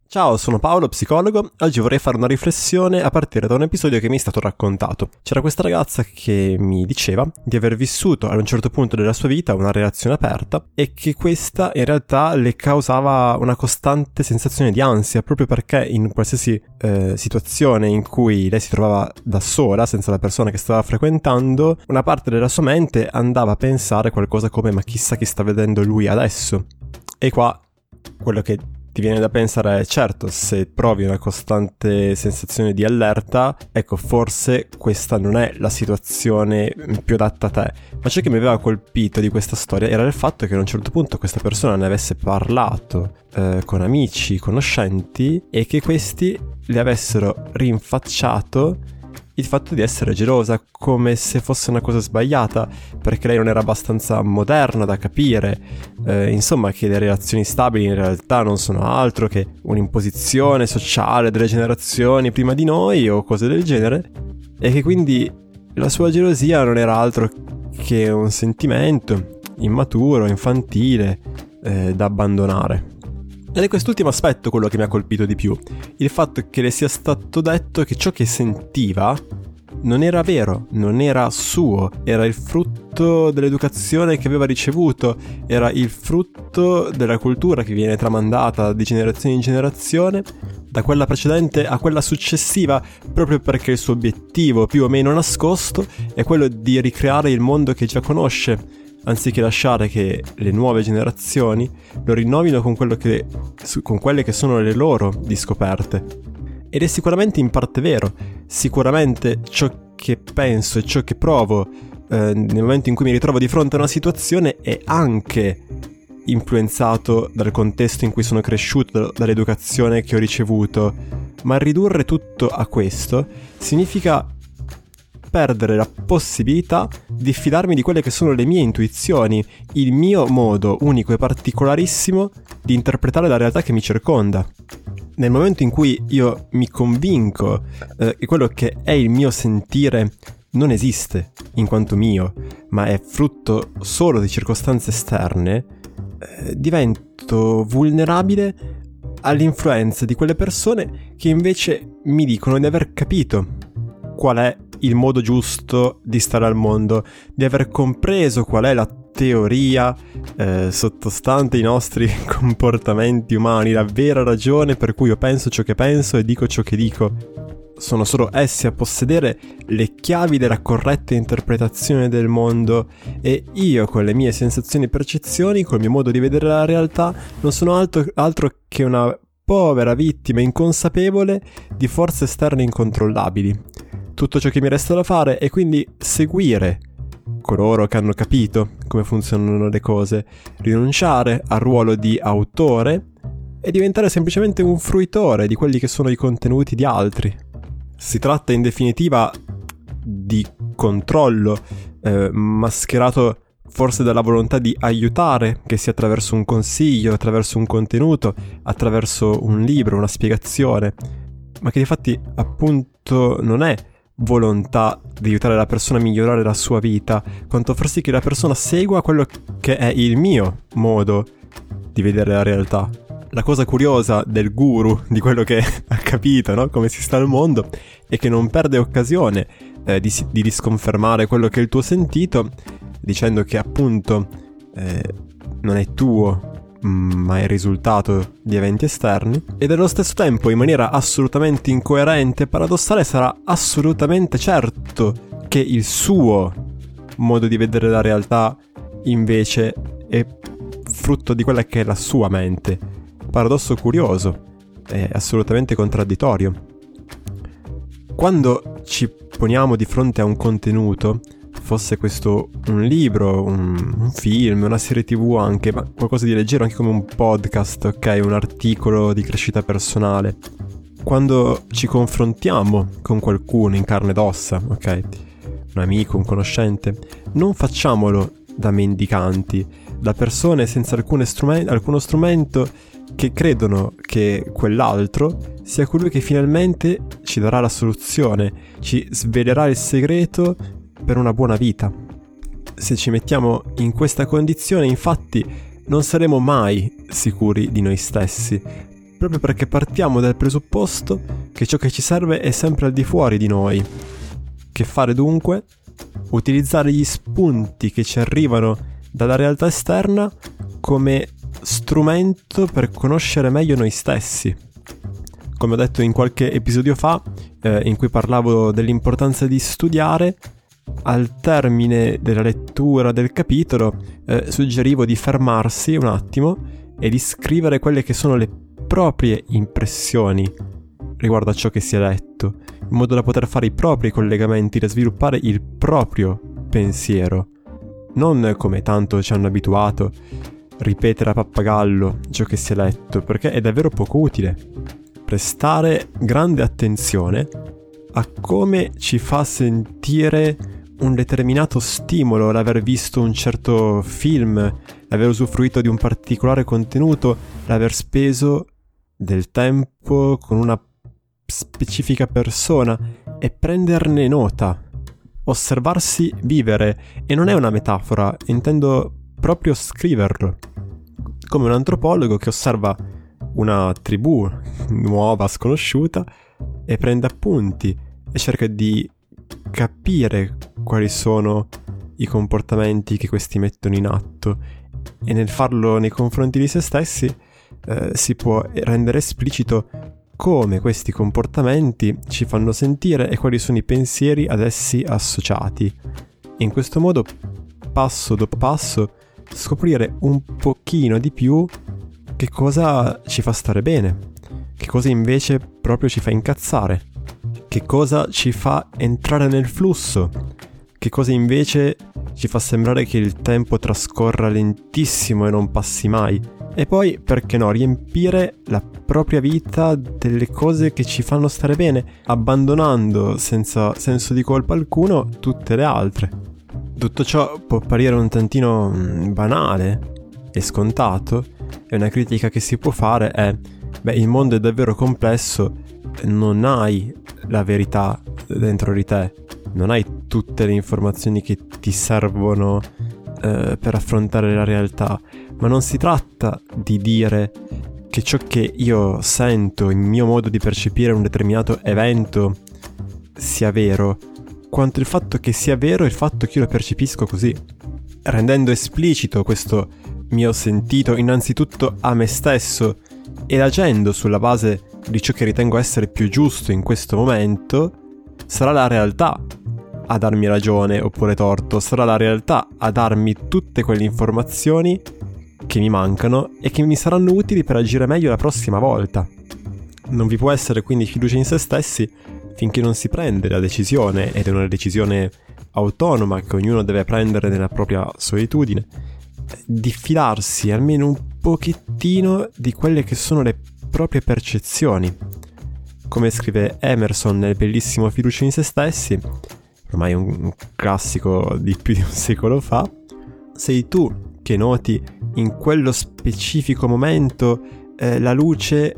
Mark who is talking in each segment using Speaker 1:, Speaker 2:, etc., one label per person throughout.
Speaker 1: Ciao, sono Paolo, psicologo. Oggi vorrei fare una riflessione a partire da un episodio che mi è stato raccontato. C'era questa ragazza che mi diceva di aver vissuto ad un certo punto della sua vita una relazione aperta e che questa in realtà le causava una costante sensazione di ansia, proprio perché in qualsiasi situazione in cui lei si trovava da sola, senza la persona che stava frequentando, una parte della sua mente andava a pensare qualcosa come ma chissà chi sta vedendo lui adesso. E qua quello che ti viene da pensare è certo, se provi una costante sensazione di allerta, ecco, forse questa non è la situazione più adatta a te. Ma ciò che mi aveva colpito di questa storia era il fatto che a un certo punto questa persona ne avesse parlato con amici, conoscenti, e che questi le avessero rinfacciato il fatto di essere gelosa, come se fosse una cosa sbagliata, perché lei non era abbastanza moderna da capire, insomma, che le relazioni stabili in realtà non sono altro che un'imposizione sociale delle generazioni prima di noi o cose del genere, e che quindi la sua gelosia non era altro che un sentimento immaturo, infantile, da abbandonare. Ed è quest'ultimo aspetto quello che mi ha colpito di più, il fatto che le sia stato detto che ciò che sentiva non era vero, non era suo, era il frutto dell'educazione che aveva ricevuto, era il frutto della cultura che viene tramandata di generazione in generazione, da quella precedente a quella successiva, proprio perché il suo obiettivo più o meno nascosto è quello di ricreare il mondo che già conosce, anziché lasciare che le nuove generazioni lo rinnovino con quelle che sono le loro di scoperte. Ed è sicuramente in parte vero, sicuramente ciò che penso e ciò che provo nel momento in cui mi ritrovo di fronte a una situazione è anche influenzato dal contesto in cui sono cresciuto, dall'educazione che ho ricevuto, ma ridurre tutto a questo significa perdere la possibilità di fidarmi di quelle che sono le mie intuizioni, il mio modo unico e particolarissimo di interpretare la realtà che mi circonda. Nel momento in cui io mi convinco che quello che è il mio sentire non esiste in quanto mio, ma è frutto solo di circostanze esterne, divento vulnerabile all'influenza di quelle persone che invece mi dicono di aver capito qual è il modo giusto di stare al mondo, di aver compreso qual è la teoria sottostante i nostri comportamenti umani, la vera ragione per cui io penso ciò che penso e dico ciò che dico. Sono solo essi a possedere le chiavi della corretta interpretazione del mondo, e io con le mie sensazioni e percezioni, col mio modo di vedere la realtà, non sono altro che una povera vittima inconsapevole di forze esterne incontrollabili. Tutto ciò che mi resta da fare è quindi seguire coloro che hanno capito come funzionano le cose, rinunciare al ruolo di autore e diventare semplicemente un fruitore di quelli che sono i contenuti di altri. Si tratta in definitiva di controllo, mascherato forse dalla volontà di aiutare, che sia attraverso un consiglio, attraverso un contenuto, attraverso un libro, una spiegazione, ma che difatti appunto non è volontà di aiutare la persona a migliorare la sua vita, quanto far sì che la persona segua quello che è il mio modo di vedere la realtà. La cosa curiosa del guru, di quello che ha capito, no? Come si sta al mondo, è che non perde occasione di disconfermare quello che è il tuo sentito, dicendo che appunto non è tuo, ma è il risultato di eventi esterni, e dello stesso tempo in maniera assolutamente incoerente e paradossale sarà assolutamente certo che il suo modo di vedere la realtà invece è frutto di quella che è la sua mente. Paradosso curioso, è assolutamente contraddittorio. Quando ci poniamo di fronte a un contenuto, fosse questo un libro, un film, una serie TV anche, ma qualcosa di leggero, anche come un podcast, ok, un articolo di crescita personale. Quando ci confrontiamo con qualcuno in carne ed ossa, ok, un amico, un conoscente, non facciamolo da mendicanti, da persone senza alcuno strumento che credono che quell'altro sia colui che finalmente ci darà la soluzione, ci svelerà il segreto per una buona vita. Se ci mettiamo in questa condizione, infatti, non saremo mai sicuri di noi stessi, proprio perché partiamo dal presupposto che ciò che ci serve è sempre al di fuori di noi. Che fare dunque? Utilizzare gli spunti che ci arrivano dalla realtà esterna come strumento per conoscere meglio noi stessi. Come ho detto in qualche episodio fa, in cui parlavo dell'importanza di studiare, al termine della lettura del capitolo suggerivo di fermarsi un attimo e di scrivere quelle che sono le proprie impressioni riguardo a ciò che si è letto, in modo da poter fare i propri collegamenti, da sviluppare il proprio pensiero. Non come tanto ci hanno abituato, ripetere a pappagallo ciò che si è letto, perché è davvero poco utile. Prestare grande attenzione a come ci fa sentire un determinato stimolo, l'aver visto un certo film, l'aver usufruito di un particolare contenuto, l'aver speso del tempo con una specifica persona e prenderne nota. Osservarsi vivere, e non è una metafora, intendo proprio scriverlo. Come un antropologo che osserva una tribù nuova, sconosciuta, e prende appunti e cerca di capire quali sono i comportamenti che questi mettono in atto, e nel farlo nei confronti di se stessi si può rendere esplicito come questi comportamenti ci fanno sentire e quali sono i pensieri ad essi associati. E in questo modo, passo dopo passo, scoprire un pochino di più che cosa ci fa stare bene, che cosa invece proprio ci fa incazzare, che cosa ci fa entrare nel flusso, che cosa invece ci fa sembrare che il tempo trascorra lentissimo e non passi mai. E poi, perché no, riempire la propria vita delle cose che ci fanno stare bene, abbandonando senza senso di colpa alcuno tutte le altre. Tutto ciò può apparire un tantino banale e scontato, e una critica che si può fare è: il mondo è davvero complesso, non hai la verità dentro di te, non hai tutte le informazioni che ti servono per affrontare la realtà. Ma non si tratta di dire che ciò che io sento, il mio modo di percepire un determinato evento sia vero, quanto il fatto che sia vero il fatto che io lo percepisco così, rendendo esplicito questo mio sentito innanzitutto a me stesso ed agendo sulla base di ciò che ritengo essere più giusto in questo momento. Sarà la realtà a darmi ragione oppure torto, sarà la realtà a darmi tutte quelle informazioni che mi mancano e che mi saranno utili per agire meglio la prossima volta. Non vi può essere quindi fiducia in se stessi finché non si prende la decisione, ed è una decisione autonoma che ognuno deve prendere nella propria solitudine, di fidarsi almeno un pochettino di quelle che sono le proprie percezioni. Come scrive Emerson nel bellissimo Fiducia in se stessi, ormai un classico di più di un secolo fa, sei tu che noti in quello specifico momento la luce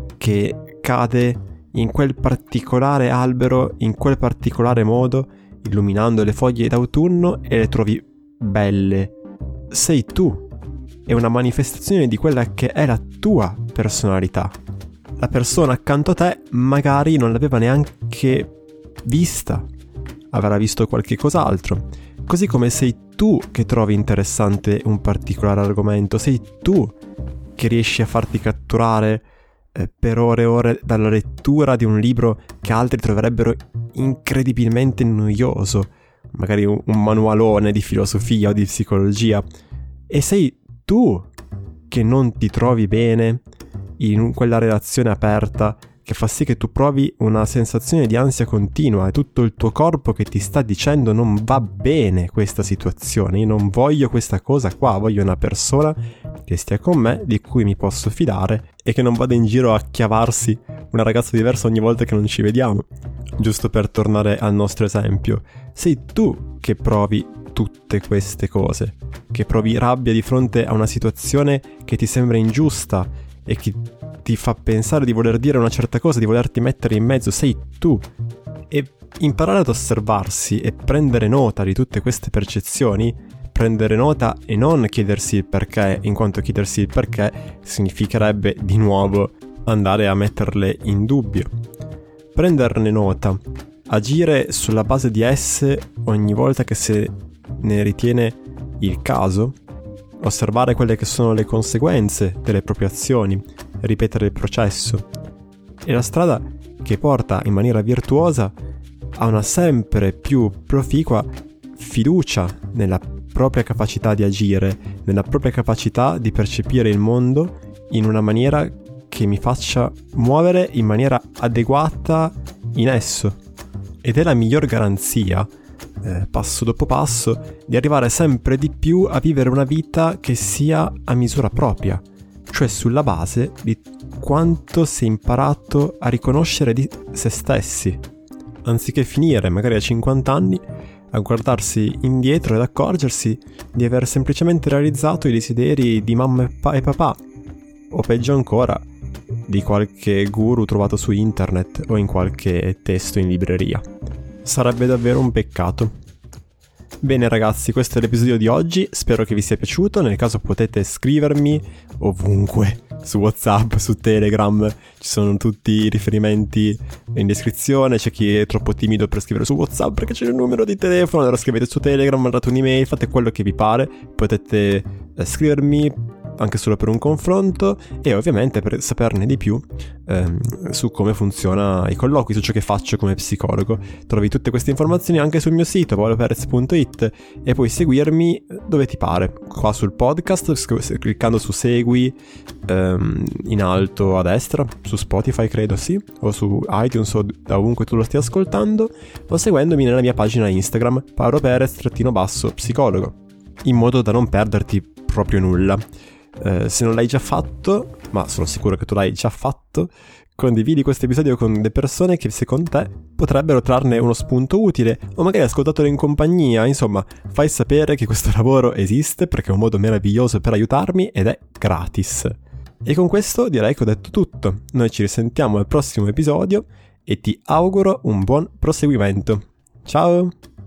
Speaker 1: che cade in quel particolare albero, in quel particolare modo, illuminando le foglie d'autunno, e le trovi belle. Sei tu. È una manifestazione di quella che è la tua personalità. La persona accanto a te magari non l'aveva neanche vista, avrà visto qualche cos'altro. Così come sei tu che trovi interessante un particolare argomento, sei tu che riesci a farti catturare per ore e ore dalla lettura di un libro che altri troverebbero incredibilmente noioso, magari un manualone di filosofia o di psicologia, e sei tu che non ti trovi bene in quella relazione aperta che fa sì che tu provi una sensazione di ansia continua, è tutto il tuo corpo che ti sta dicendo: non va bene questa situazione, io non voglio questa cosa qua, voglio una persona che stia con me, di cui mi posso fidare e che non vada in giro a chiavarsi una ragazza diversa ogni volta che non ci vediamo. Giusto per tornare al nostro esempio, sei tu che provi tutte queste cose, che provi rabbia di fronte a una situazione che ti sembra ingiusta e che ti fa pensare di voler dire una certa cosa, di volerti mettere in mezzo. Sei tu. E imparare ad osservarsi e prendere nota di tutte queste percezioni, prendere nota e non chiedersi il perché, in quanto chiedersi il perché significherebbe di nuovo andare a metterle in dubbio, prenderne nota, agire sulla base di esse ogni volta che se ne ritiene il caso, osservare quelle che sono le conseguenze delle proprie azioni, ripetere il processo. È la strada che porta in maniera virtuosa a una sempre più proficua fiducia nella propria capacità di agire, nella propria capacità di percepire il mondo in una maniera che mi faccia muovere in maniera adeguata in esso. Ed è la miglior garanzia, passo dopo passo, di arrivare sempre di più a vivere una vita che sia a misura propria, cioè sulla base di quanto si è imparato a riconoscere di se stessi, anziché finire magari a 50 anni a guardarsi indietro ed accorgersi di aver semplicemente realizzato i desideri di mamma e papà, o peggio ancora, di qualche guru trovato su internet o in qualche testo in libreria. Sarebbe davvero un peccato. Bene ragazzi, questo è l'episodio di oggi, spero che vi sia piaciuto. Nel caso potete scrivermi ovunque, su WhatsApp, su Telegram, ci sono tutti i riferimenti in descrizione. C'è chi è troppo timido per scrivere su WhatsApp perché c'è il numero di telefono, allora scrivete su Telegram, mandate un'email, fate quello che vi pare. Potete scrivermi anche solo per un confronto e ovviamente per saperne di più su come funziona i colloqui, su ciò che faccio come psicologo. Trovi tutte queste informazioni anche sul mio sito paoloperez.it e puoi seguirmi dove ti pare, qua sul podcast cliccando su segui in alto a destra, su Spotify credo, sì, o su iTunes o da ovunque tu lo stia ascoltando, o seguendomi nella mia pagina Instagram paoloperez_psicologo, in modo da non perderti proprio nulla. Se non l'hai già fatto, ma sono sicuro che tu l'hai già fatto, condividi questo episodio con le persone che secondo te potrebbero trarne uno spunto utile, o magari ascoltatelo in compagnia. Insomma, fai sapere che questo lavoro esiste perché è un modo meraviglioso per aiutarmi ed è gratis. E con questo direi che ho detto tutto. Noi ci risentiamo al prossimo episodio e ti auguro un buon proseguimento. Ciao!